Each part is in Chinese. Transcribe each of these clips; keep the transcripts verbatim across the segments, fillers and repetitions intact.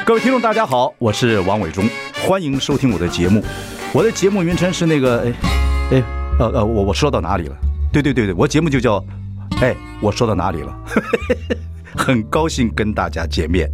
各位听众大家好，我是王伟忠，欢迎收听我的节目。我的节目名称是那个哎哎呃呃我我说到哪里了？对对对对，我节目就叫哎我说到哪里了？很高兴跟大家见面。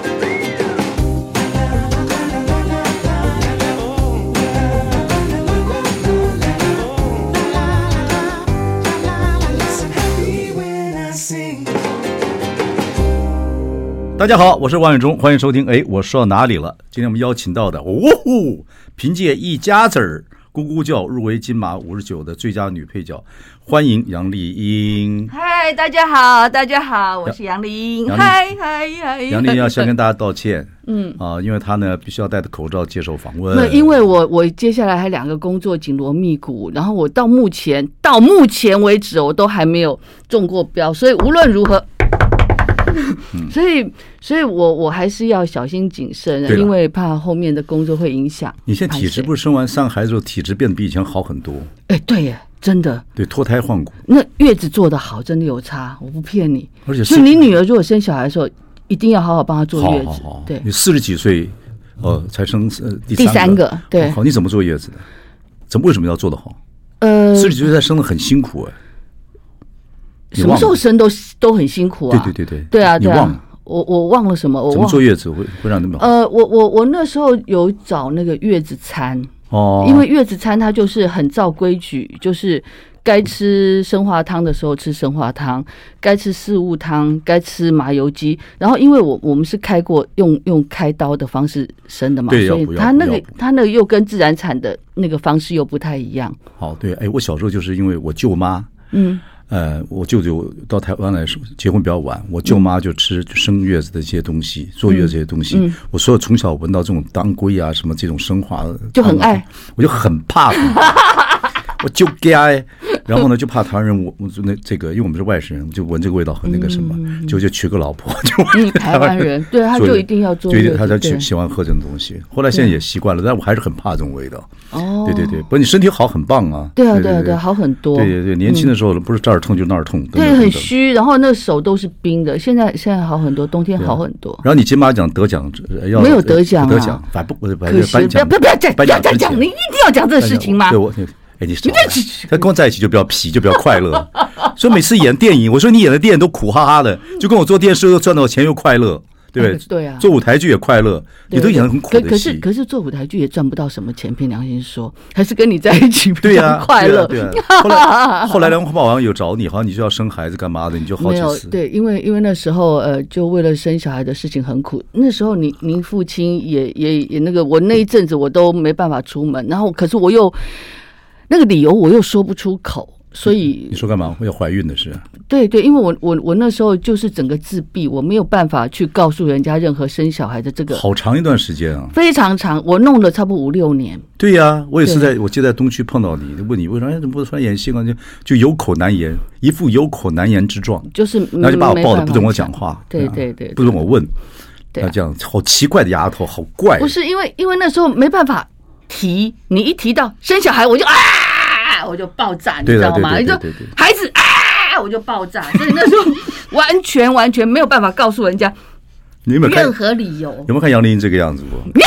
大家好，我是王远忠，欢迎收听。哎，我说到哪里了？今天我们邀请到的，哦呼，凭借一家子儿咕咕叫入围金马五十九的最佳女配角，欢迎杨丽英。 嗨，大家好，大家好，我是杨丽英。嗨嗨嗨， 杨丽英要先跟大家道歉，嗯啊，因为她呢必须要戴着口罩接受访问。 那因为我我接下来还两个工作紧锣密鼓，然后我到目前到目前为止我都还没有中过标，所以无论如何。所以，所以我我还是要小心谨慎，因为怕后面的工作会影响。 你现在体质不是生完三个孩子之后，体质变得比以前好很多？ 哎，对耶，真的。 对，脱胎换骨。那月子做得好，真的有差，我不骗你。而且，所以你女儿如果生小孩的时候，一定要好好帮她坐月子。好好好，对， 你四十几岁，呃，才生呃第第三个，对。 好，你怎么坐月子的？怎么为什么要做得好？呃，四十几岁才生得很辛苦哎。 什么时候生都都很辛苦啊！ 对对对对， 对啊，对啊，我我忘了什么，我忘怎么坐月子会会让你们好？ 呃，我我我那时候有找那个月子餐哦，因为月子餐它就是很照规矩，就是该吃生化汤的时候吃生化汤，该吃四物汤，该吃麻油鸡。然后因为我我们是开过用用开刀的方式生的嘛，所以它那个它那个又跟自然产的那个方式又不太一样。 好，对，哎，我小时候就是因为我舅妈，嗯。呃，我舅舅到台湾来结婚比较晚，我舅妈就吃生月子的这些东西，坐月子这些东西。嗯嗯、我所有从小闻到这种当归啊什么这种生化的， 就很爱， 我就很怕，我就该，然后呢就怕台湾人我我那这个，因为我们是外省人，就闻这个味道很那个什么，嗯、就就娶个老婆就、 嗯、台湾人，对，他就一定要坐月子， 他才喜喜欢喝这种东西。后来现在也习惯了，但我还是很怕这种味道。哦，对对对，不过你身体好很棒啊。 对啊对啊对啊，好很多。 对对对，年轻的时候不是这儿痛就那儿痛， 对，很虚，然后那手都是冰的。现在现在好很多，冬天好很多。 然后你金马奖得奖，要没有得奖啊？ 得奖，反不不不颁奖，不要不要再不要再讲，你一定要讲这个事情吗？ 对我。哎，你他跟我在一起就比较皮，就比较快乐。所以每次演电影，我说你演的电影都苦哈哈的，就跟我做电视又赚到钱又快乐，对不对？ 对啊， 做舞台剧也快乐，你都演得很苦的戏。 可是可是做舞台剧也赚不到什么钱，凭良心说，还是跟你在一起比较快乐。 对啊，后来后来梁华王有找你，好像你就要生孩子干嘛的，你就好几次。 对，因为因为那时候呃，就为了生小孩的事情很苦。那时候您您父亲也也也那个，我那一阵子我都没办法出门，然后可是我又。那个理由我又说不出口，所以你说干嘛？我要怀孕的是？ 对对，因为我我我那时候就是整个自闭，我没有办法去告诉人家任何生小孩的这个。 好长一段时间啊， 非常长，我弄了差不多五六年。 对呀、啊，我也是在我记得在东区碰到你，问你为什么怎么不出来演戏啊？就就有口难言，一副有口难言之状， 就是然后就把我抱着不准我讲话， 对对 对, 对， 不准我问，对、啊，这样好奇怪的丫头，好怪。 不是因为因为那时候没办法提，你一提到生小孩我就啊。我就爆炸，你知道吗？你就孩子啊，我就爆炸，所以那时候完全完全没有办法告诉人家任何理由。 有没有看杨丽英这个样子过？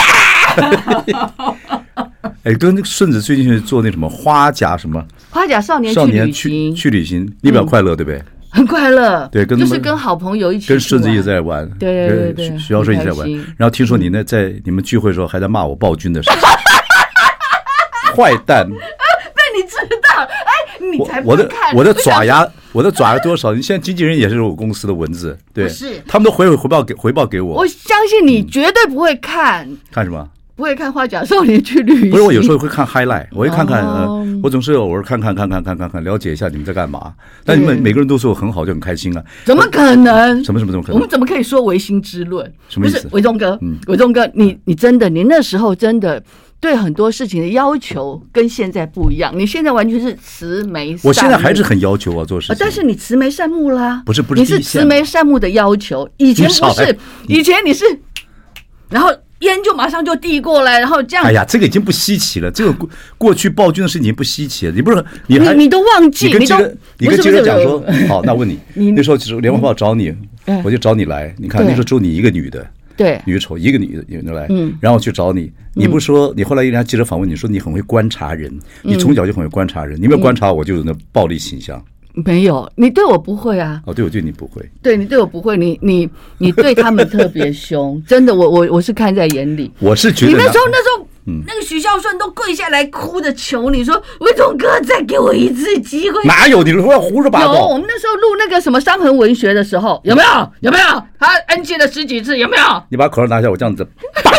哎，跟顺子最近去做那什么花甲什么花甲少年少年去去旅行，你比较快乐对不对？ 很快乐， 对，跟就是跟好朋友一起， 跟顺子一直在玩， 对对对， 徐教授一直在玩。然后听说你那在你们聚会的时候还在骂我暴君的事情，坏蛋。 你知道？哎，你才不看我的我的爪牙，我的爪牙多少？你现在经纪人也是我公司的文字，对， 是他们都回回报给回报给我。 我相信你绝对不会看， 看什么？ 不会看花甲少年去旅行。 不是，我有时候会看 highlight， 我会看看，呃，我总是偶尔看看看看看看看，了解一下你们在干嘛。但你们每个人都说我很好，就很开心啊。 怎么可能？ 什么什么怎么可能？ 我们怎么可以说唯心之论？ 什么意思？ 不是伟忠哥，伟忠哥，你你真的，你那时候真的。对很多事情的要求跟现在不一样，你现在完全是慈眉善目。 我现在还是很要求啊，做事情。 但是你慈眉善目啦， 不是不是， 你是慈眉善目的要求。以前不是，以前你是，然后烟就马上就递过来，然后这样。 哎呀，这个已经不稀奇了，这个过过去暴君的事情已经不稀奇了。你不是你还你你都忘记， 你跟记者你跟记者讲说，好，那问你，那时候其实联合报找你，我就找你来，你看那时候只有你一个女的。 对， 女丑一个女的女的来，嗯，然后去找你，你不说，你后来人家记者访问你说你很会观察人，你从小就很会观察人，你没有观察我就有那暴力倾向。 没有，你对我不会啊。 哦，对我对你不会。 对你对我不会，你你你对他们特别凶，真的，我我我是看在眼里。 我是觉得你那时候那时候，嗯，那个许孝顺都跪下来哭的求你说，伟忠哥再给我一次机会。 哪有？你说胡说八道。 有，我们那时候录那个什么伤痕文学的时候，有没有？有没有？他 N G 了十几次，有没有？ 你把口罩拿下，我这样子。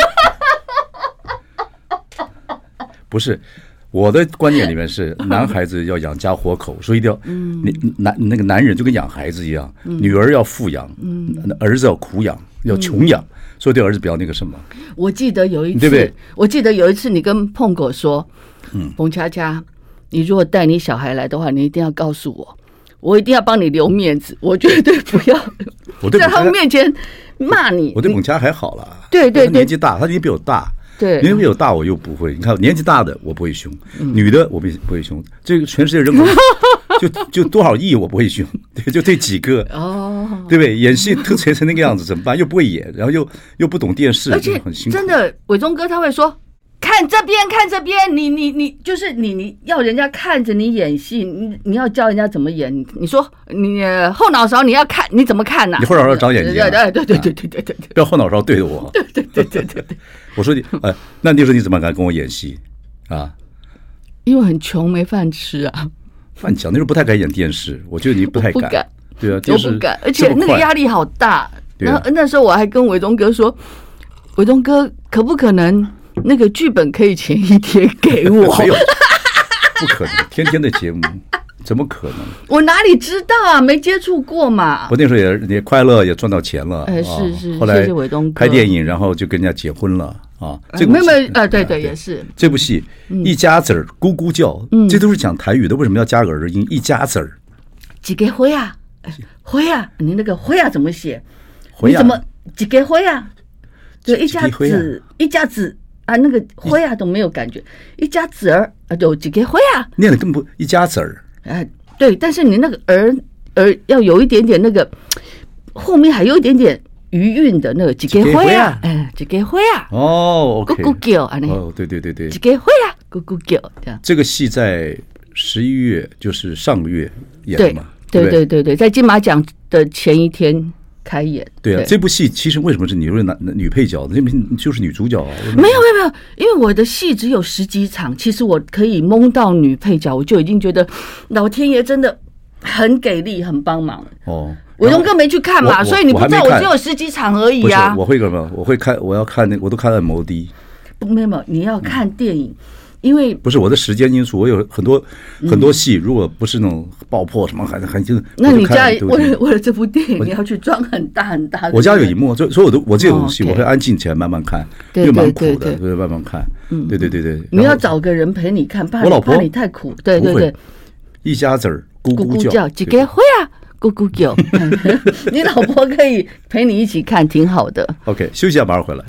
不是。我的观念里面是，男孩子要养家活口，所以一定要，你男那个男人就跟养孩子一样，女儿要富养，儿子要苦养，要穷养，所以对儿子不要那个什么。 我记得有一次， 对不对？ 我记得有一次你跟碰狗说，嗯，彭恰恰，你如果带你小孩来的话，你一定要告诉我，我一定要帮你留面子，我绝对不要在他们面前骂你。 我对彭恰还好了， 对对对， 年纪大，他年纪比我大。 对， 年纪比我大我又不会，你看年纪大的我不会凶，女的我不不会凶，这个全世界人口就就多少亿我不会凶，对，就这几个哦，对不对？演戏都成成那个样子怎么办？又不会演，然后又又不懂电视， 而且很辛苦。 真的，伟忠哥他会说。看这边，看这边，你你你，就是你你要人家看着你演戏，你你要教人家怎么演。你说你后脑勺你要看，你怎么看呢、啊？ 你后脑勺长眼睛、啊， 对对对对对对对对， 不要后脑勺对着我。 对对对对对对， 我说你，哎，那你说你怎么敢跟我演戏啊？ 因为很穷，没饭吃啊。 饭讲那时候不太敢演电视，我觉得你不太敢。 不敢， 对啊， 我不敢，而且那个压力好大。 然后那时候我还跟伟忠哥说，伟忠哥可不可能？那个剧本可以前一天给我？ 没有，不可能，天天的节目怎么可能？ 我哪里知道啊，没接触过嘛。 我那时候也也快乐，也赚到钱了。 哎，是是， 后来谢谢伟东哥拍电影，然后就跟人家结婚了啊。这没有没有，呃，对对，也是这部戏一家子儿咕咕叫，这都是讲台语的，为什么要加个儿音？一家子儿， 几个灰啊？灰啊？你那个灰啊怎么写？你怎么几个灰啊？对，一家子，一家子。啊，那个灰啊都没有感觉，一家子儿啊，有几个灰啊？ 念的根本不一家子儿。 哎，对，但是你那个儿儿要有一点点那个，后面还有一点点余韵的那个几个灰啊，哎，几个灰啊。 哦 ，OK。 咕咕叫啊，那哦，对对对对， 几个灰啊，咕咕叫这样。 这个戏在十一月，就是上个月演的嘛。 对对对对，在金马奖的前一天。开演对啊，这部戏其实为什么是你说男女配角的？这部就是女主角啊。 没有没有没有，因为我的戏只有十几场，其实我可以蒙到女配角，我就已经觉得老天爷真的很给力，很帮忙哦。伟忠哥没去看嘛，所以你不知道我只有十几场而已啊。 我会干嘛？我会看，我要看那，我都看 M O D。 没有没有，你要看电影。因为不是我的时间因素，我有很多很多戏，如果不是那种爆破什么，还还就那你家为了为了这部电影，你要去装很大很大的。 我家有荧幕，所以所以我都我这种戏我会安静起来慢慢看，因为蛮苦的，所以慢慢看。嗯，对对对对。 你要找个人陪你看，怕我老婆怕你太苦。对对对， 一家子儿咕咕叫， 几个会啊，咕咕叫。你老婆可以陪你一起看，挺好的。 OK， 休息一下，马上回来。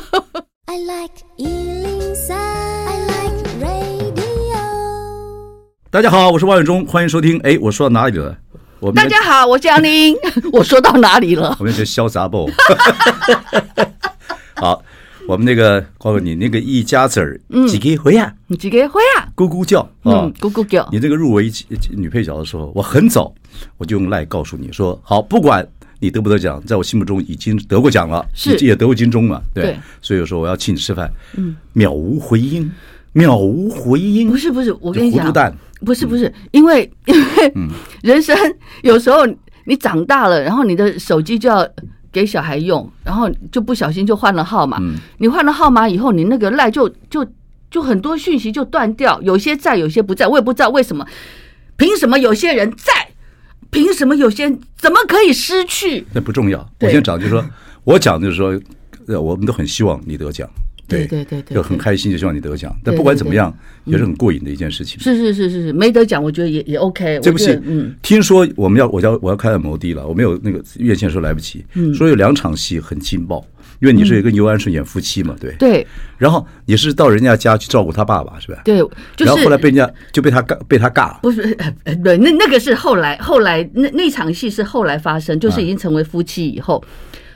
I like 一零三。 大家好，我是王伟忠，欢迎收听。哎，我说到哪里了？我大家好，我是杨宁。我说到哪里了？ 我们这潇洒不？好，我们那个告诉你，那个一家子儿几个回啊？ 几个回啊？ 咕咕叫啊， 嗯，咕咕叫。 你这个入围女配角的时候，我很早我就用赖告诉你说，好，不管你得不得奖，在我心目中已经得过奖了， 是也得过金钟了，对。 对所以我说我要请你吃饭，嗯，渺无回音，渺无回音。 不是不是，我跟你讲， 糊涂蛋。 不是不是，因为因为人生有时候你长大了，然后你的手机就要给小孩用，然后就不小心就换了号码。你换了号码以后，你那个赖就就就很多讯息就断掉，有些在，有些不在，我也不知道为什么。凭什么有些人在？凭什么有些人怎么可以失去？ 那不重要。我先讲就是说，我讲就是说，我们都很希望你得奖。 对对对对， 就很开心，就希望你得奖。但不管怎么样，也是很过瘾的一件事情。 是是是是是，没得奖，我觉得也也 OK。 这部戏，嗯，听说我们要我要我要开 M O D 了，我没有那个院线时候来不及，所以有两场戏很劲爆。因为你是跟尤安顺演夫妻嘛，对对。 然后你是到人家家去照顾他爸爸，是吧？ 对，就是。 然后后来被人家就被他尬，被他尬。 不是，对，那那个是后来后来那那场戏是后来发生，就是已经成为夫妻以后。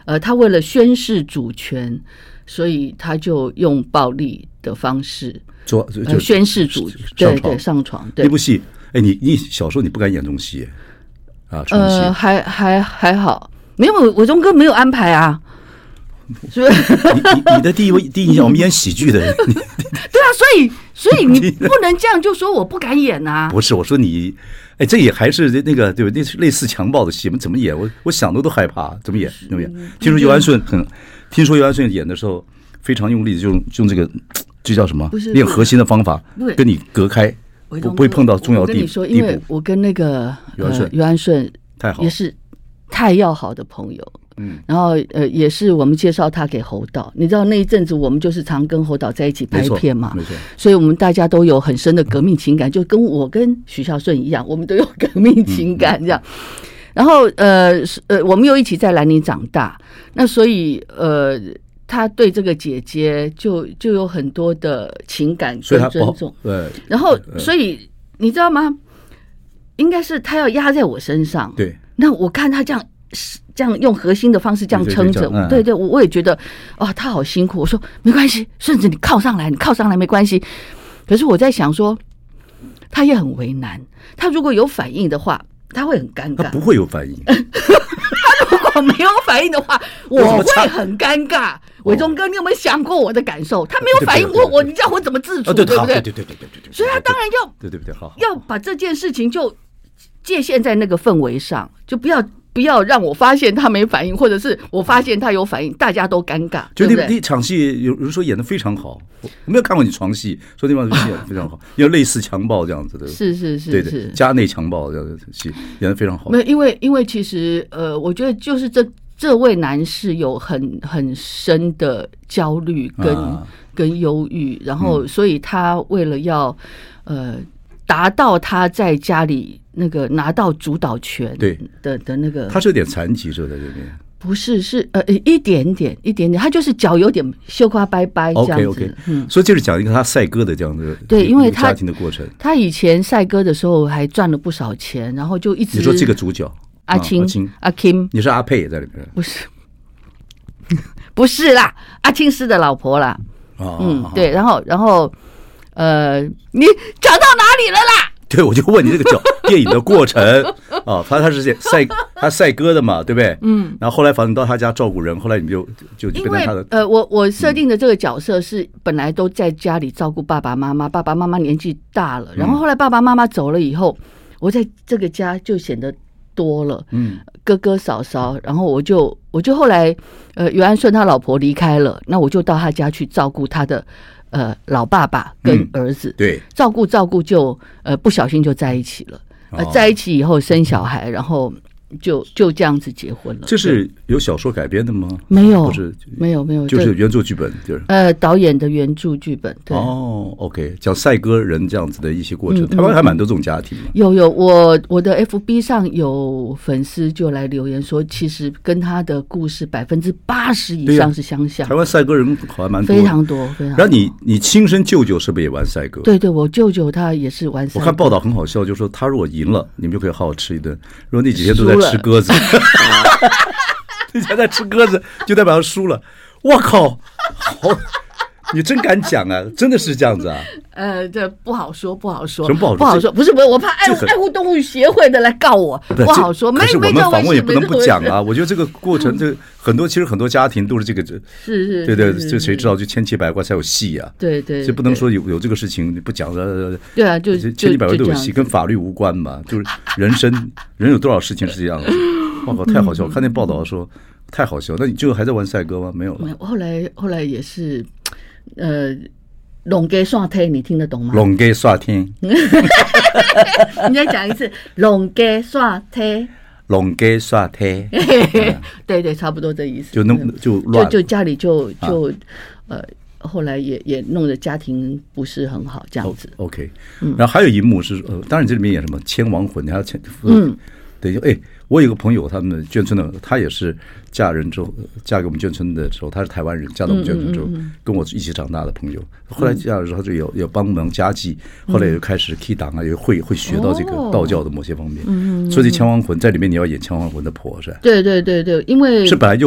呃，他为了宣示主权，所以他就用暴力的方式做呃宣示主对对上床。对那部戏，哎，你你小时候你不敢演这种戏啊？ 呃，还还还好，没有伟忠哥没有安排啊。是不是？ 你你你的第一第一印象，我们演喜剧的人，对啊，所以所以你不能这样就说我不敢演啊。 不是，我说你，哎，这也还是那个对吧？那是类似强暴的戏，怎么演？我我想的都害怕，怎么演？怎么演？听说尤安顺很，听说尤安顺演的时候非常用力，就用用这个这叫什么？练核心的方法，跟你隔开，不不会碰到重要地地步。我跟你说， 因为我跟那个尤安顺尤安顺太好， 也是太要好的朋友。嗯，然后呃，也是我们介绍他给侯导，你知道那一阵子我们就是常跟侯导在一起拍片嘛， 没错， 所以我们大家都有很深的革命情感，就跟我跟许孝顺一样，我们都有革命情感这样。然后呃呃，我们又一起在兰陵长大，那所以呃，他对这个姐姐就就有很多的情感跟尊重， 对。 然后所以你知道吗？应该是他要压在我身上， 对。 那我看他这样。这样用核心的方式这样撑着，对 对, 对, 对, 对，我我也觉得哇，他好辛苦。我说没关系，顺子你靠上来，你靠上来没关系。可是我在想说，他也很为难。他如果有反应的话，他会很尴尬。 他不会有反应。 他如果没有反应的话，我会很尴尬。伟忠哥，你有没有想过我的感受？他没有反应，我我你知道我怎么自处，对不对？ 对对对对对对。 所以他当然要对对对好， 要把这件事情就界限在那个氛围上，就不要。不要让我发现他没反应，或者是我发现他有反应，大家都尴尬。 就那那场戏，有有时候演得非常好。我没有看过你床戏，说那帮戏演得非常好，有类似强暴这样子的， 是是是， 对对，家内强暴这样的戏演得非常好。 没有，因为因为其实呃，我觉得就是这这位男士有很很深的焦虑跟、啊、跟忧郁，然后所以他为了要呃达到他在家里。那个拿到主导权对的的那个， 他是有点残疾，是在这边不是是呃一点点一点点，他就是脚有点绣花掰掰这样子。 OK OK， 嗯，所以就是讲一个他赛歌的这样的对，因为他家庭的过程。 他以前赛歌的时候还赚了不少钱，然后就一直你说这个主角阿青、啊、阿青阿 Kim， 你是阿佩也在里面？ 不是，不是啦，阿青师的老婆啦。哦、嗯，对，然后然后呃，你讲到哪里了啦？ 对，我就问你这个叫电影的过程啊，他他是赛他赛歌的嘛，对不对？嗯。然后后来反正到他家照顾人，后来你就就变成他的。 呃，我我设定的这个角色是本来都在家里照顾爸爸妈妈，爸爸妈妈年纪大了，然后后来爸爸妈妈走了以后，我在这个家就显得多了，嗯，哥哥嫂嫂，然后我就我就后来呃，尤安顺他老婆离开了，那我就到他家去照顾他的。呃，老爸爸跟儿子、嗯、 对照顾照顾就呃不小心就在一起了，呃，在一起以后生小孩，然后就就这样子结婚了。 这是有小说改编的吗？ 没有， 不是， 没有，没有， 就是原著剧本，就是呃导演的原著剧本。对哦 ，OK， 讲赛歌人这样子的一些过程，嗯、台湾还蛮多这种家庭。 有有，我我的 F B 上有粉丝就来留言说，其实跟他的故事百分之八十以上是相像。 啊、台湾赛歌人好像蛮多， 非常多，非常多。 然后你你亲生舅舅是不是也玩赛歌？ 对对，我舅舅他也是玩赛歌。 我看报道很好笑，就是说他如果赢了，你们就可以好好吃一顿；如果那几天都在吃鸽子。你才在吃鸽子，就代表他输了。我靠，好，你真敢讲啊！真的是这样子啊？ 呃，这不好说，不好说， 什么不好说？ 不好说，不是不是，我怕爱爱护动物协会的来告我，不好说。 可是我们访问也不能不讲啊。我觉得这个过程，这很多其实很多家庭都是这个， 是是， 对对，这谁知道就千奇百怪才有戏啊？ 对对， 所以不能说有有这个事情你不讲的。 对啊，就千奇百怪都有戏，跟法律无关嘛，就是人生人有多少事情是这样的。哇靠，太好笑！我看那报道说太好笑。那你最后还在玩赛歌吗？没有了。 后来后来也是，呃，龙给刷天，你听得懂吗？ 龙给刷天， 你再讲一次，龙给刷天， 龙给刷天。 对对，差不多这意思。 就弄就乱， 就就家里就就、啊、呃。后来也也弄得家庭不是很好，这样子。 OK， 然后还有一幕是，呃，当然这里面演什么牵亡魂，还有牵，嗯，对，哎，我有个朋友，他们眷村的，她也是嫁人之后，嫁给我们眷村的时候，她是台湾人，嫁到我们眷村之后，跟我一起长大的朋友。后来嫁的时候，就有有帮忙家计，后来也就开始 key 档啊，也会会学到这个道教的某些方面。所以牵亡魂在里面你要演牵亡魂的婆是吧？ 对对对对，因为是本来就会。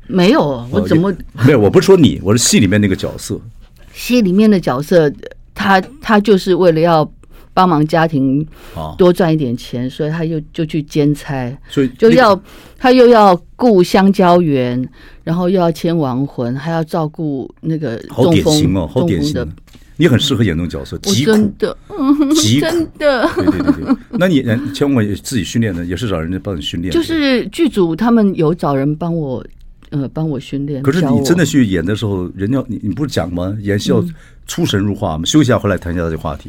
没有，我怎么、 哦、没有？我不是说你，我是戏里面那个角色。 戏里面的角色，他他就是为了要帮忙家庭多赚一点钱，哦、所以他又就去兼差， 所以就要他又要顾香蕉园，然后又要牵亡魂，还要照顾那个中风。 好典型哦，好典型的。你很适合演那种角色，极苦， 真的，嗯、 极苦， 真的。 对对对对，那你千万自己训练的，也是找人家帮你训练。 就是剧组他们有找人帮我，呃，帮我训练。 可是你真的去演的时候，人家你你不是讲吗？演戏要出神入化。我们休息一下，回来谈一下这个话题。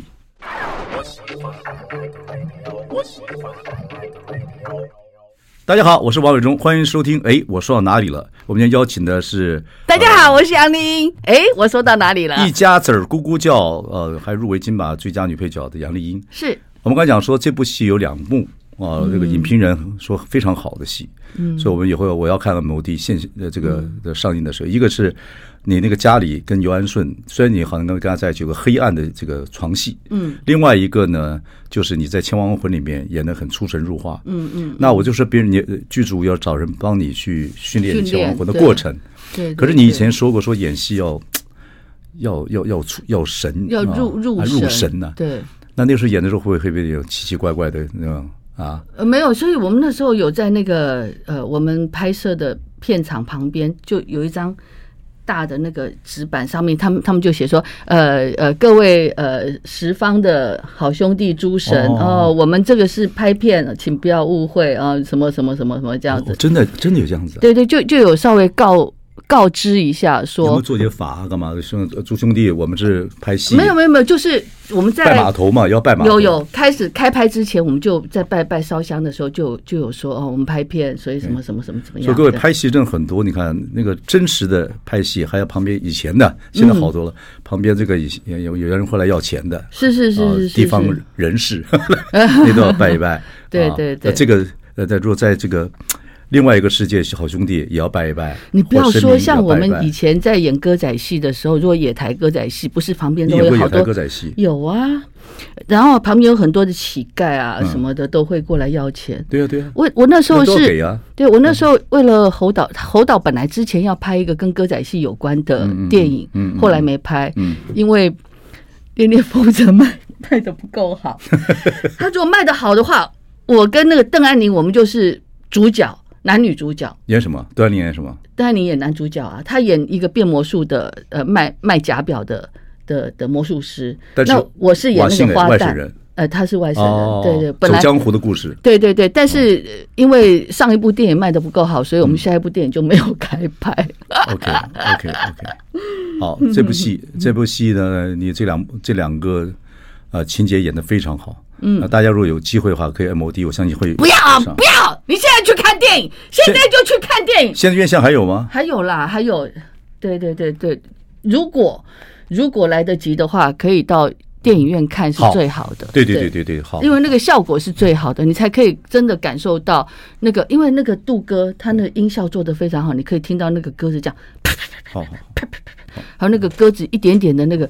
大家好，我是王伟忠，欢迎收听。哎，我说到哪里了？我们今天邀请的是大家好，呃、我是杨丽英。哎，我说到哪里了？ 一家子儿咕咕叫，呃，还入围金马最佳女配角的杨丽英。 是我们刚才讲说这部戏有两幕啊、呃，这个影评人说非常好的戏，嗯，所以我们以后我要看某地现呃这个的上映的时候，一个是你那个家里跟尤安顺，虽然你好像跟他在一起有个黑暗的这个床戏，嗯，另外一个呢，就是你在《千王魂》里面演得很出神入化，嗯嗯，那我就说别人你剧组要找人帮你去训练《千王魂》的过程， 对，对， 可是你以前说过说演戏要要要要出要神， 要入入神入神呐、啊， 对， 那那时候演的时候会不会有奇奇怪怪的那种啊？ 呃，没有，所以我们那时候有在那个呃，我们拍摄的片场旁边就有一张大的那个纸板，上面他们他们就写说，呃呃，各位呃十方的好兄弟诸神哦、呃，我们这个是拍片，请不要误会啊、呃，什么什么什么什么这样子， 哦、真的真的有这样子、啊？ 对对，就就有稍微告。告知一下说， 有没有做些法干嘛？兄诸兄弟，我们是拍戏， 没有没有没有，就是我们在拜码头嘛，要拜码头。 有有开始开拍之前，我们就在拜拜烧香的时候就就有说哦，我们拍片，所以什么什么什么怎么样。 所以各位拍戏真的很多，你看那个真实的拍戏，还有旁边以前的，现在好多了。嗯、旁边这个有有有人会来要钱的， 是是是是是， 地方人士那都要拜一拜。 对对对， 这个呃，在如果在这个。另外一个世界好兄弟也要拜一拜。 你不要说像我们以前在演歌仔戏的时候，如果野台歌仔戏，不是旁边都有好多歌仔戏？ 有啊，然后旁边有很多的乞丐啊什么的、嗯、都会过来要钱。 对啊对啊， 我我那时候是给啊， 对我那时候为了侯导，侯导本来之前要拍一个跟歌仔戏有关的电影，嗯嗯嗯、后来没拍，嗯、因为恋恋风尘卖卖的不够好。他如果卖的好的话，我跟那个邓安宁我们就是主角。男女主角演什么？邓安宁演什么？ 邓安宁演男主角啊，他演一个变魔术的，呃，卖卖假表的的的魔术师。那我是演那个花旦，呃，他是外省人，哦、对对，本来走江湖的故事。 对对对，但是因为上一部电影卖得不够好，所以我们下一部电影就没有开拍。 OK OK OK， 好，这部戏这部戏呢，你这两这两个呃情节演得非常好。嗯，大家如果有机会的话，可以 M O D， 我相信会。 不要不要，你现在去看电影，现在就去看电影。 现在院线还有吗？ 还有啦，还有，对对对对，如果如果来得及的话，可以到电影院看是最好的。 好对对对对对，好， 因为那个效果是最好的，你才可以真的感受到那个，因为那个杜哥他那个音效做得非常好，你可以听到那个鸽子这样， 好好， 还有那个鸽子一点点的那个。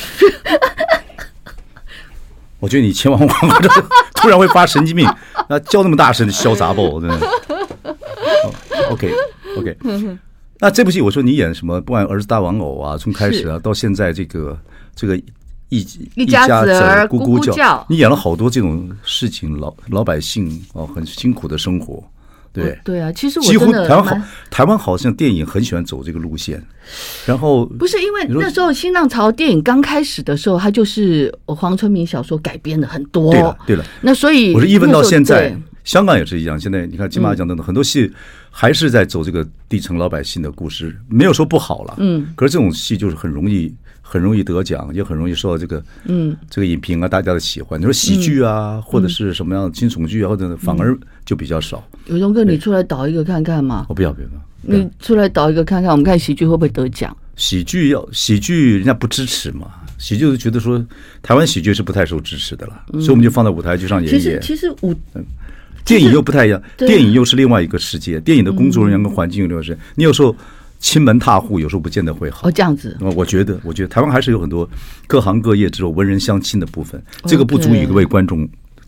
我觉得你千万突然会发神经病，那叫那么大声的潇洒不？真的。OK OK， 那这部戏我说你演什么？不管儿子大玩偶啊，从开始啊到现在这个这个一一家子儿咕咕叫， 你演了好多这种事情，老老百姓哦很辛苦的生活。对对啊，其实我几乎台湾好，台湾好像电影很喜欢走这个路线，然后不是因为那时候新浪潮电影刚开始的时候，它就是黄春明小说改编的很多， 对了对了， 那所以我是一问到现在，香港也是一样，现在你看金马奖等等、嗯、很多戏还是在走这个底层老百姓的故事，没有说不好了，嗯，可是这种戏就是很容易。很容易得奖，也很容易受到这个嗯这个影评啊大家的喜欢。你说喜剧啊，嗯、或者是什么样的惊悚剧啊，或者反而就比较少。 有荣哥，你出来导一个看看嘛？ 我、哦、不要不要， 你出来导一个看看，我们看喜剧会不会得奖？ 喜剧要喜剧，人家不支持嘛。喜剧就觉得说，台湾喜剧是不太受支持的了，嗯、所以我们就放在舞台剧上演一演。 其实其实舞。 嗯电影又不太一样，电影又是另外一个世界。电影的工作人员跟环境有另外一个世界。你有时候亲门踏户，有时候不见得会好。 哦，这样子。 我觉得，我觉得台湾还是有很多各行各业之后文人相亲的部分，这个不足以为观众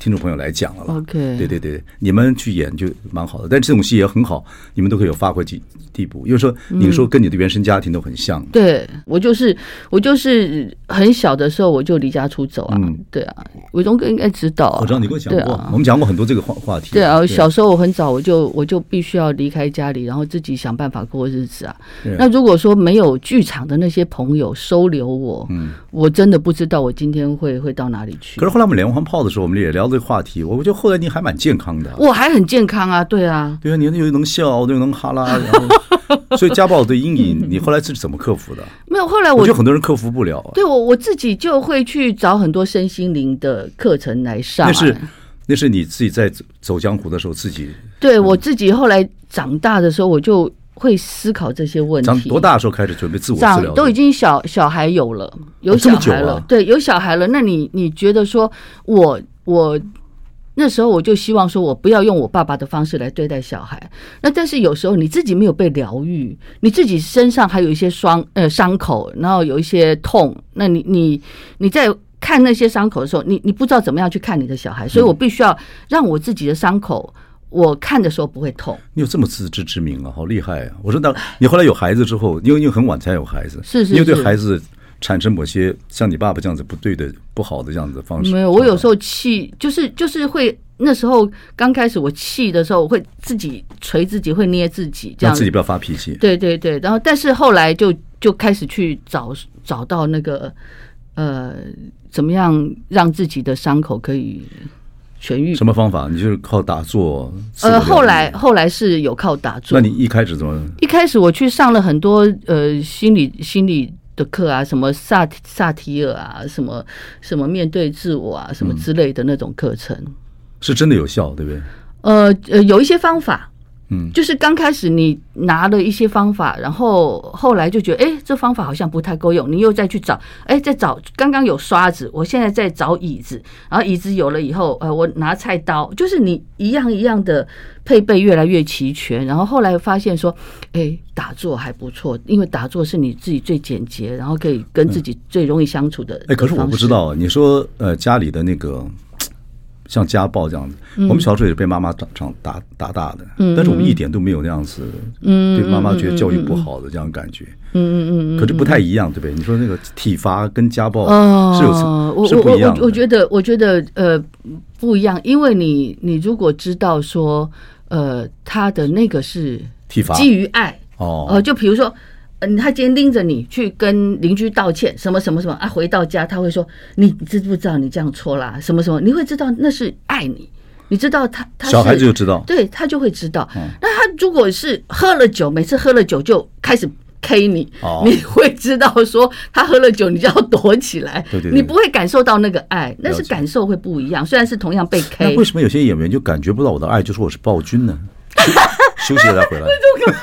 听众朋友来讲了了。 OK， 对对对，你们去演就蛮好的，但这种戏也很好，你们都可以有发挥地步。因为说你说跟你的原生家庭都很像。 嗯、对我就是我就是很小的时候我就离家出走啊。嗯、对啊，伟忠哥应该知道啊。 我知道你跟我讲过，啊、我们讲过很多这个话话题。 对啊，对小时候我很早我就我就必须要离开家里，然后自己想办法过日子啊。那如果说没有剧场的那些朋友收留我，嗯，我真的不知道我今天会会到哪里去。 可是后来我们连环炮的时候，我们也聊这个话题，我觉得后来你还蛮健康的、啊。 我还很健康啊，对啊， 对啊，你又能笑，又能哈拉，然后所以家暴的阴影，你后来是怎么克服的？ 没有，后来我, 我觉得很多人克服不了、啊。 对我我自己就会去找很多身心灵的课程来上、啊。 那是那是你自己在走江湖的时候自己。 对我自己后来长大的时候，我就会思考这些问题。 长多大的时候开始准备自我治疗？ 都已经小小孩有了，有小孩了，哦啊、对，有小孩了。那你你觉得说我我那时候我就希望说我不要用我爸爸的方式来对待小孩。那但是有时候你自己没有被疗愈，你自己身上还有一些伤呃伤口，然后有一些痛，那你你你在看那些伤口的时候，你你不知道怎么样去看你的小孩，所以我必须要让我自己的伤口。我看的时候不会痛。你有这么自知之明啊，好厉害啊！我说，那你后来有孩子之后，因为因为很晚才有孩子， 是是是， 因为对孩子产生某些像你爸爸这样子不对的、不好的这样子的方式。 没有，我有时候气，就是就是会那时候刚开始我气的时候，我会自己捶自己，会捏自己，这样让自己不要发脾气。 对对对，然后但是后来就就开始去找找到那个呃，怎么样让自己的伤口可以。痊愈什么方法？你就是靠打坐？ 呃，后来后来是有靠打坐。 那你一开始怎么？ 一开始我去上了很多呃心理心理的课啊，什么萨萨提尔啊，什么什么面对自我啊，什么之类的那种课程、嗯， 是真的有效，对不对？ 呃呃，有一些方法。嗯，就是刚开始你拿了一些方法，然后后来就觉得，哎，这方法好像不太够用，你又再去找，哎，再找刚刚有刷子，我现在在找椅子，然后椅子有了以后，呃，我拿菜刀，就是你一样一样的配备越来越齐全，然后后来发现说，哎，打坐还不错，因为打坐是你自己最简洁，然后可以跟自己最容易相处的。哎、 嗯，可是我不知道，你说呃家里的那个。像家暴这样子，嗯、我们小时候也是被妈妈长长打打大的、嗯，但是我们一点都没有那样子，嗯，对妈妈觉得教育不好的这样感觉，嗯嗯嗯，可是不太一样，对不对？你说那个体罚跟家暴是有、哦、是不一样的。 我我我觉得我觉得呃不一样，因为你你如果知道说呃他的那个是体罚基于爱哦，呃就比如说。他今天拎着你去跟邻居道歉，什么什么什么啊，回到家他会说你知不知道你这样错啦，什么什么，你会知道那是爱你，你知道他他小孩子就知道， 对他就会知道。嗯、那他如果是喝了酒，每次喝了酒就开始 K 你，哦、你会知道说他喝了酒你就要躲起来，对对对，你不会感受到那个爱，那是感受会不一样。虽然是同样被 K， 那为什么有些演员就感觉不到我的爱，就说我是暴君呢？休息了再回来。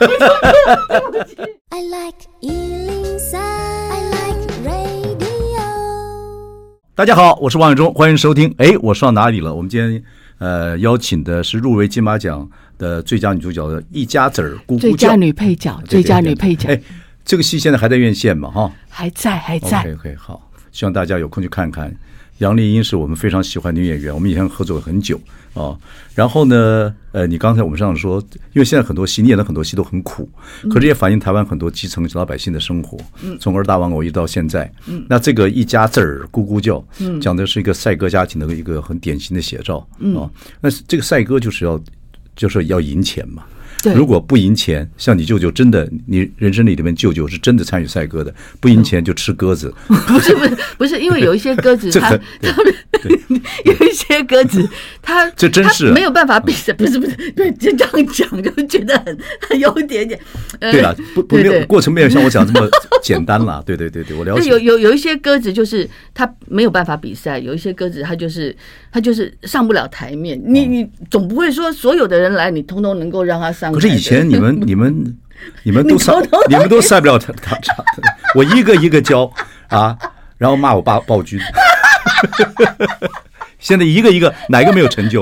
I like 一零三 I like radio。 大家好，我是王永忠，欢迎收听。哎，我说到哪里了？我们今天呃邀请的是入围金马奖的最佳女主角的一家子儿咕咕叫， 最佳女配角，最佳女配角。 哎，这个戏现在还在院线嘛？哈， 还在，还在。 OK OK， 好，希望大家有空去看看。杨丽英是我们非常喜欢的女演员，我们以前合作了很久啊、哦。然后呢，呃，你刚才我们上说，因为现在很多戏，你演的很多戏都很苦，可是也反映台湾很多基层老百姓的生活，从二大玩偶一直到现在。那这个一家子儿咕咕叫，讲的是一个赛鸽家庭的一个很典型的写照啊、哦。那这个赛鸽就是要就是要赢钱嘛。如果不赢钱，像你舅舅真的，你人生里里面舅舅是真的参与赛鸽的，不赢钱就吃鸽子。 不是不是不是，因为有一些鸽子它它有一些鸽子它这真是没有办法比赛，不是不是不是就这样讲就觉得很很有一点点。 对了，不不没有过程没有像我讲这么简单啦。对对对对，我了解。 有有有一些鸽子就是它没有办法比赛，有一些鸽子它就是它就是上不了台面。你你总不会说所有的人来，你通通能够让他上。 可是以前你们你们你们都赛你们都赛不了他他他，我一个一个教啊，然后骂我爸暴君。现在一个一个哪个没有成就？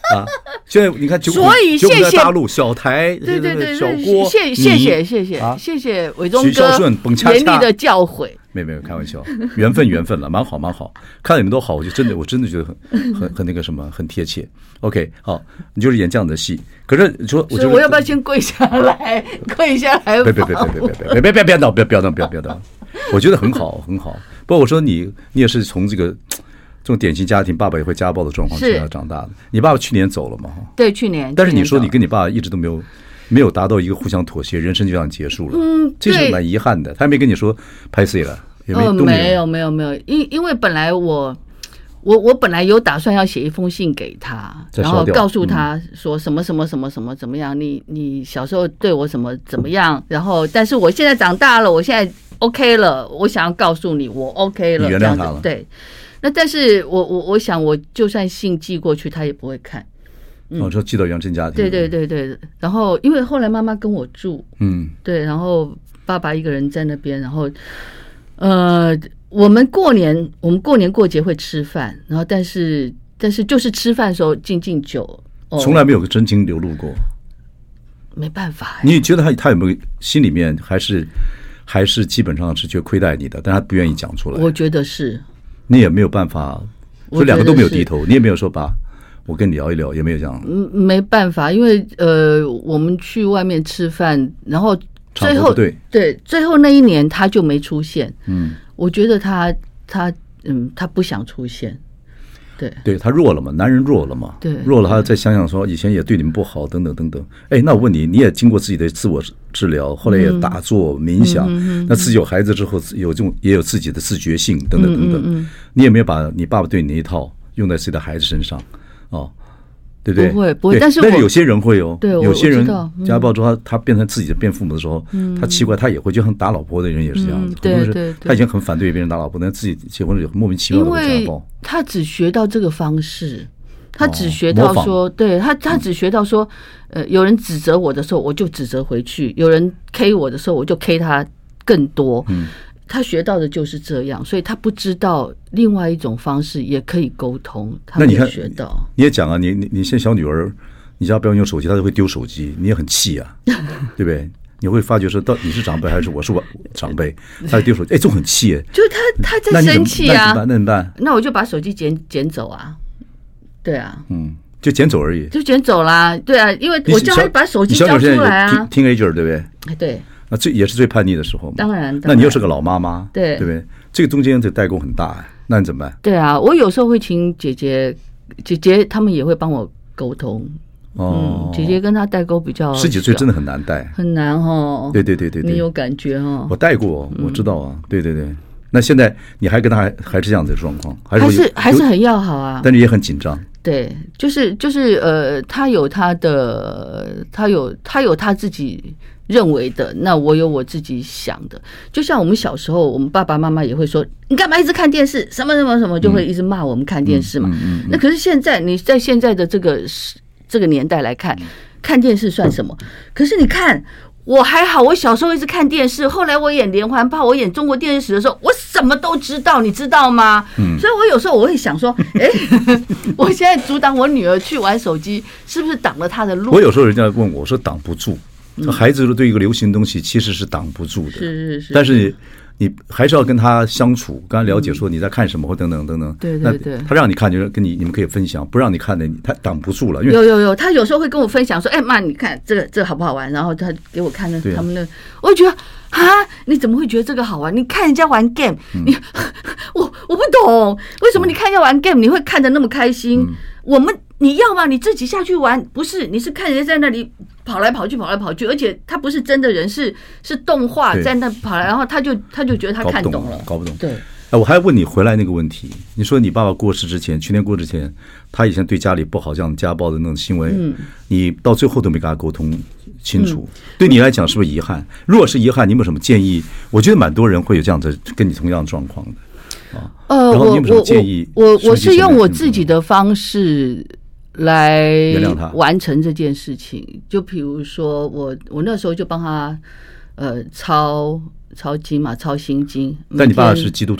啊，现在你看， 所以谢谢大陆小台， 对对对， 小郭， 谢谢谢谢谢啊， 谢谢伟忠哥严厉的教诲。 没有没有开玩笑，缘分缘分了，蛮好蛮好，看到你们都好，我就真的我真的觉得很很很那个什么，很贴切。OK， 好，你就是演这样的戏，可是你说，我所以我要不要先跪下来？跪下来？ 别别别别别别别别别别闹，别不要闹，不要不要闹。我觉得很好很好。不过我说你你也是从这个这种典型家庭，爸爸也会家暴的状况下长大的。你爸爸去年走了嘛？ 对，去年。 但是你说你跟你爸一直都没有。没有达到一个互相妥协，人生就这样结束了。 嗯， 这是蛮遗憾的。他没跟你说拍碎了，也没、 哦、没有没有没有，因因为本来我我我本来有打算要写一封信给他，然后告诉他说什么什么什么什么怎么样，你你小时候对我什么怎么样，然后但是我现在长大了，我现在 OK 了，我想要告诉你我 OK 了， 你原谅他了， 对。那但是我我我想我就算信寄过去，他也不会看。 嗯、哦，说寄到原生家庭。 对对对对，然后因为后来妈妈跟我住， 嗯， 对，然后爸爸一个人在那边，然后呃，我们过年我们过年过节会吃饭，然后但是但是就是吃饭的时候敬敬酒， 哦、从来没有个真情流露过。 没办法， 你觉得他他有没有心里面还是还是基本上是觉得亏待你的，但他不愿意讲出来？ 我觉得是， 你也没有办法，所以两个都没有低头，你也没有说把。我跟你聊一聊，也没有这样。 嗯，没办法，因为呃，我们去外面吃饭，然后最后对对，最后那一年他就没出现。 嗯， 我觉得他他嗯，他不想出现。对， 对他弱了嘛，男人弱了嘛， 对， 弱了，他再想想说以前也对你们不好，等等等等。哎，那我问你，你也经过自己的自我治疗，后来也打坐冥想，嗯、那自己有孩子之后，有这种也有自己的自觉性，等等等等。嗯嗯嗯、你有没有把你爸爸对你那一套用在自己的孩子身上？哦，对不对？ 不会，不会。但是但是有些人会哦， 对， 有些人家暴之后， 嗯、 他变成自己的变父母的时候，嗯、他奇怪，他也会就像打老婆的人也是这样子。 嗯、对对对， 他已经很反对别人打老婆，但自己结婚了莫名其妙的会家暴。 他只学到这个方式，他只学到说，哦、对他，他只学到说，呃，有人指责我的时候，我就指责回去；有人 K 我的时候，我就 K 他更多。嗯。他学到的就是这样，所以他不知道另外一种方式也可以沟通。他没有学到。 你也讲啊，你你你现在小女儿，你家不要用手机，她就会丢手机，你也很气啊，对不对？你会发觉说，到你是长辈还是我是我长辈，她丢手机，哎，这种很气哎。 就是他他在生气啊， 那怎么办？ 那我就把手机捡捡走啊，对啊， 嗯，就捡走而已， 就捡走啦，对啊，因为我叫他把手机交出来啊。 听 teenager 对不对？ 哎，对。 那这也是最叛逆的时候嘛。 当然， 那你又是个老妈妈， 对对不对？这个中间这代沟很大，那你怎么办？ 对啊，我有时候会请姐姐，姐姐他们也会帮我沟通。哦、嗯，姐姐跟他代沟比较， 十几岁真的很难带， 很难哦。 对对对对对， 你有感觉哦？ 我带过，我知道啊。嗯、对对对，那现在你还跟他还还是这样子的状况，还是还是还是很要好啊， 但是也很紧张。 对，就是就是呃，他有他的，他有他有他自己认为的，那我有我自己想的。就像我们小时候，我们爸爸妈妈也会说：“你干嘛一直看电视？什么什么什么，就会一直骂我们看电视嘛。嗯”嗯嗯嗯、那可是现在你在现在的这个这个年代来看，看电视算什么？可是你看。我还好，我小时候一直看电视，后来我演连环炮，我演中国电视史的时候，我什么都知道，你知道吗？嗯，所以我有时候我会想说，哎，我现在阻挡我女儿去玩手机，是不是挡了她的路？ 我有时候人家问我说挡不住，嗯、孩子对一个流行的东西其实是挡不住的， 是是是， 但是你还是要跟他相处，跟他了解说你在看什么或等等等等。 对对对， 他让你看就是跟你你们可以分享，不让你看的他挡不住了。因为有有有，他有时候会跟我分享说：“哎妈，你看这个这个好不好玩？”然后他给我看那他们那，我就觉得啊，你怎么会觉得这个好玩？你看人家玩 game， 你、嗯、我我不懂为什么你看人家玩 game 你会看得那么开心？嗯、我们你要吗？你自己下去玩，不是？你是看人家在那里。跑来跑去，跑来跑去，而且他不是真的人，是是动画在那跑来，然后他就他就觉得他看懂了， 搞不懂。 对， 哎，我还问你回来那个问题，你说你爸爸过世之前，去年过世之前，他以前对家里不好，这样家暴的那种行为，嗯、你到最后都没跟他沟通清楚，嗯、对你来讲是不是遗憾？如果是遗憾，你有没有什么建议？我觉得蛮多人会有这样子跟你同样的状况的啊。 呃， 然后你有没有什么建议？ 我我我是用我自己的方式。来完成这件事情，就比如说我我那时候就帮他呃抄抄经嘛，抄心经。 但你爸爸是基督徒？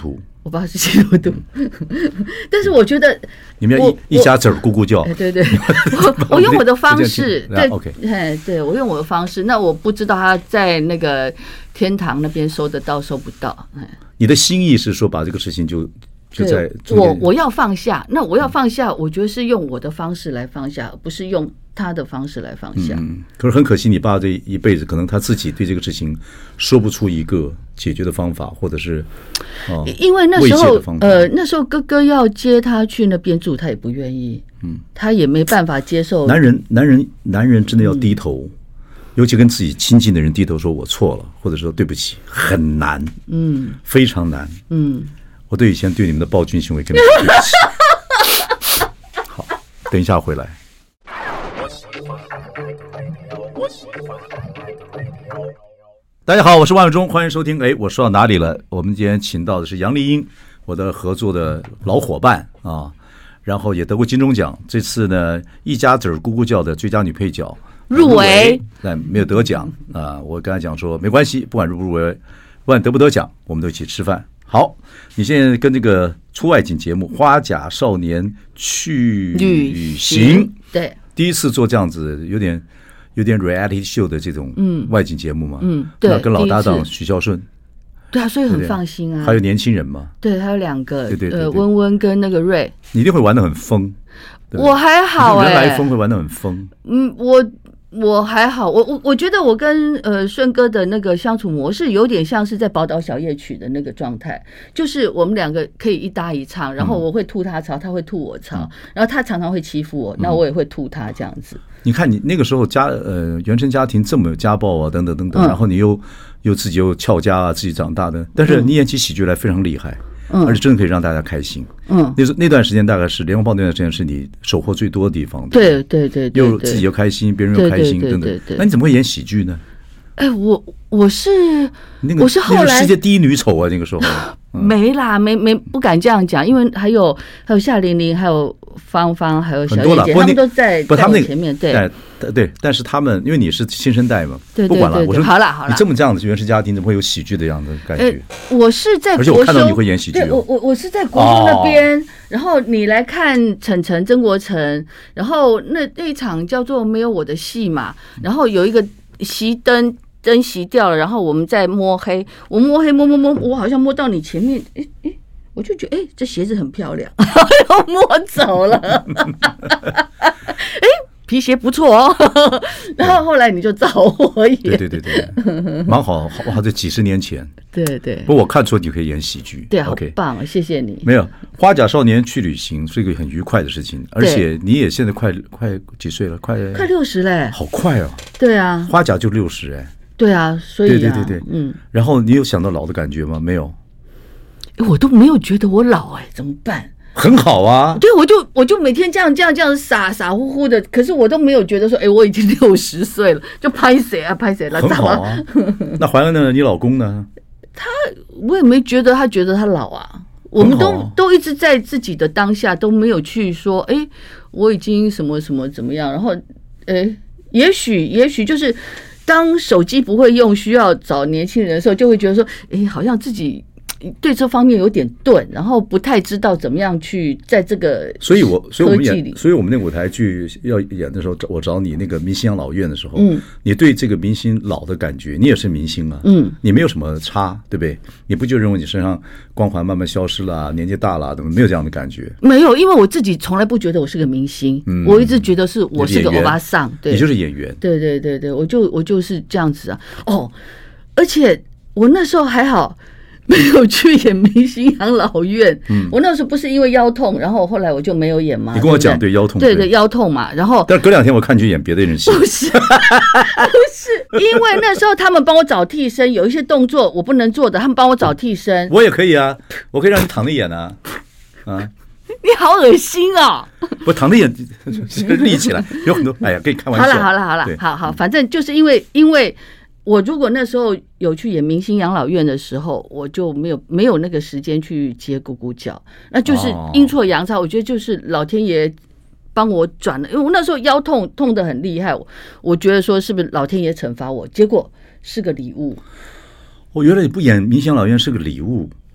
我爸是基督徒，但是我觉得你们要一一家子儿咕咕叫， 对对，我我用我的方式，对 ，OK， 哎，对我用我的方式，那我不知道他在那个天堂那边收得到收不到。 你的心意是说把这个事情就就在我我要放下，那我要放下，我觉得是用我的方式来放下，不是用他的方式来放下。 嗯，可是很可惜，你爸这一辈子可能他自己对这个事情说不出一个解决的方法，或者是哦， 因为那时候呃那时候哥哥要接他去那边住，他也不愿意，嗯，他也没办法接受。 男人男人男人真的要低头。嗯，尤其跟自己亲近的人低头说我错了，或者说对不起，很难，嗯，非常难，嗯，我对以前对你们的暴君行为跟你们对不起。好，等一下回来。大家好，我是万永忠，欢迎收听。哎，我说到哪里了？我们今天请到的是杨丽英，我的合作的老伙伴啊，然后也得过金钟奖。这次呢，一家子儿咕咕叫的最佳女配角入围， 但没有得奖啊。我跟他讲说，没关系，不管入不入围，不管得不得奖，我们都一起吃饭。好，你现在跟这个出外景节目《花甲少年去旅行》， 对， 第一次做这样子，有点有点 reality show 的这种外景节目嘛， 嗯，对， 那跟老搭档许孝顺， 对啊，所以很放心啊。 还有年轻人嘛， 对，还有两个， 对对对， 呃，温温跟那个瑞， 你一定会玩得很疯。 我还好哎， 原来疯会玩得很疯。 嗯，我。我还好，我我我觉得我跟呃顺哥的那个相处模式有点像是在宝岛小夜曲的那个状态，就是我们两个可以一搭一唱，然后我会吐他槽，他会吐我槽，然后他常常会欺负我，那我也会吐他这样子。你看你那个时候家呃原生家庭这么有家暴啊等等等等，然后你又又自己又翘家啊，自己长大的，但是你演起喜剧来非常厉害。嗯，而且真的可以让大家开心。嗯，那那段时间大概是连环炮那段时间是你收获最多的地方。 对对对， 又自己又开心，别人又开心，等等。那你怎么会演喜剧呢？ 哎，我我是那个我是后来世界第一女丑啊，那个时候没啦，没没不敢这样讲，因为还有还有夏玲玲，还有芳芳，还有小叶姐，他们都在不他们前面。对对对，但是他们因为你是新生代嘛， 对， 不管了。我说好了好了， 你这么这样的原生家庭，怎么会有喜剧的样的感觉？ 我是在而且我看到你会演喜剧， 我我我是在国中那边，然后你来看晨晨曾国成，然后那那一场叫做没有我的戏嘛，然后有一个熄灯。灯熄掉了，然后我们在摸黑，我摸黑摸摸摸，我好像摸到你前面，哎哎，我就觉得哎，这鞋子很漂亮，然后摸走了，哎，皮鞋不错哦，然后后来你就找我演， 对对对对，蛮好，好好，这几十年前， 对对， 不过我看出你可以演喜剧， 对，好棒，谢谢你。 没有花甲少年去旅行是一个很愉快的事情，而且你也现在快快几岁了？快快六十嘞， 好快哦。 对啊， 花甲就六十哎。 对啊，所以、啊、 对对对对，嗯，然后你有想到老的感觉吗？没有， 我都没有觉得我老哎、欸，怎么办？ 很好啊， 对，我就我就每天这样这样这样傻傻乎乎的，可是我都没有觉得说，哎、欸，我已经六十岁了，就拍谁啊拍谁了， 很好啊。那怀恩呢？你老公呢？ 他我也没觉得他觉得他老啊，我们都、啊、都一直在自己的当下，都没有去说，哎、欸，我已经什么什么怎么样，然后，哎、欸，也许也许就是。当手机不会用，需要找年轻人的时候，就会觉得说，哎，好像自己对这方面有点钝，然后不太知道怎么样去在这个所以我所以我们演，所以我们那个舞台剧要演的时候，我找你那个明星养老院的时候，嗯，你对这个明星老的感觉，你也是明星啊，嗯，你没有什么差，对不对？你不就认为你身上光环慢慢消失了，年纪大了，怎么没有这样的感觉？ 没有，因为我自己从来不觉得我是个明星，嗯、我一直觉得是我是个欧巴桑，对， 你就是演员， 对对对对，我就我就是这样子啊。哦，而且我那时候还好。没有去演明星养老院，嗯，我那时候不是因为腰痛，然后后来我就没有演嘛。 你跟我讲对腰痛， 对对腰痛嘛，然后但隔两天我看你去演别的人戏， 不是不是，因为那时候他们帮我找替身，有一些动作我不能做的，他们帮我找替身。 我也可以啊，我可以让你躺着演啊，啊， 你好恶心哦！ 我躺着演，立起来有很多，哎呀，跟你开玩笑。 好了好了好了，好好，反正就是因为因为。我如果那时候有去演明星养老院的时候，我就没有没有那个时间去接咕咕叫，那就是阴错阳差。我觉得就是老天爷帮我转了，因为我那时候腰痛痛得很厉害，我我觉得说是不是老天爷惩罚我？结果是个礼物。 我原来你不演明星养老院是个礼物，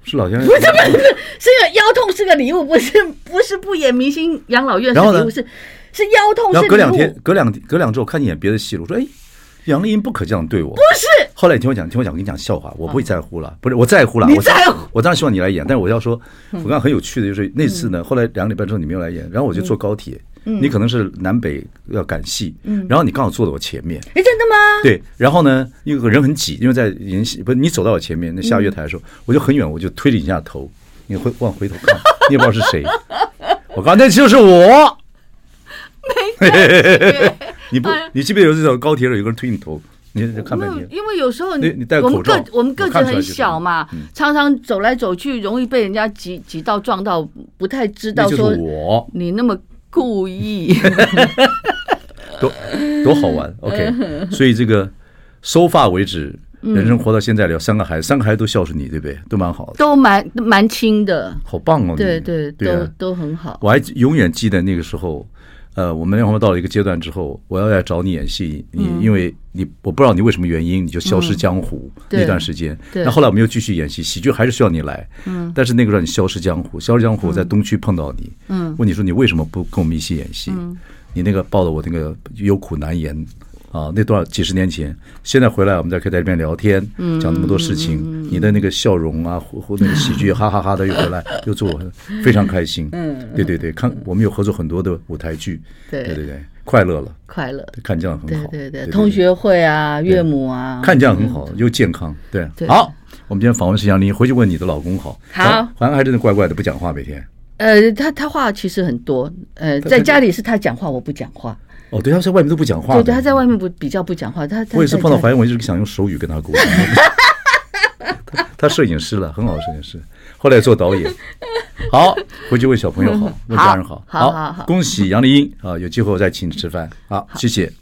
是老先生， 不是不是，是个腰痛是个礼物，不是不是不演明星养老院是礼物，是是腰痛是礼物。 然后隔两天，隔两隔两周，我看你演别的戏了，我说哎，杨丽英不可这样对我。 不是。 后来你听我讲，听我讲，我跟你讲笑话，我不会在乎了，不是我在乎了， 你在乎。 我当然希望你来演，但是我要说，我刚刚很有趣的就是那次呢，后来两个礼拜之后你没有来演，然后我就坐高铁。你可能是南北要赶戏，然后你刚好坐在我前面。 哎，真的吗？ 对，然后呢，因为人很挤，因为在演戏，不是你走到我前面，那下月台的时候，我就很远，我就推着你一下头，你会往回头看，你也不知道是谁。我刚才就是我。没你不，你记不记得有这种高铁上有个人推你头？你看半天， 因为有时候你你戴口罩， 我们个子很小嘛，常常走来走去，容易被人家挤挤到撞到，不太知道说我你那么故意， 多多好玩。OK， 所以这个收发为止，人生活到现在了，三个孩子，三个孩子都孝顺你，对不对？都蛮好的， 都蛮蛮亲的， 好棒哦！ 对对对， 都都很好。 我还永远记得那个时候。呃，我们两个到了一个阶段之后，我要来找你演戏，你、嗯、因为你我不知道你为什么原因，你就消失江湖、嗯、那段时间。那后来我们又继续演戏，喜剧还是需要你来。嗯，但是那个时候你消失江湖，消失江湖我在东区碰到你，嗯，问你说你为什么不跟我们一起演戏？嗯，你那个报了我那个有苦难言。啊，那多少几十年前，现在回来我们再可以在这边聊天，讲那么多事情，嗯、你的那个笑容啊，或或那个喜剧，哈哈哈的又回来，又做，非常开心。嗯，对对对，看我们有合作很多的舞台剧，对对对，快乐了， 快乐， 看这样很好。 对对对，同学会啊，岳母啊， 看这样很好，又健康。对，好，我们今天访问是杨丽英，回去问你的老公好。 好， 好像还真的怪怪的，不讲话每天。 呃，他他话其实很多，呃，在家里是他讲话，我不讲话。 哦，对，他在外面都不讲话。 对对，他在外面不比较不讲话。他我也是碰到怀孕，我一直想用手语跟他沟通。他, 他摄影师了，很好的摄影师，后来做导演。好，回去问小朋友好，问家人好。 好，好，好， 恭喜杨丽英啊，有机会我再请你吃饭。好，谢谢。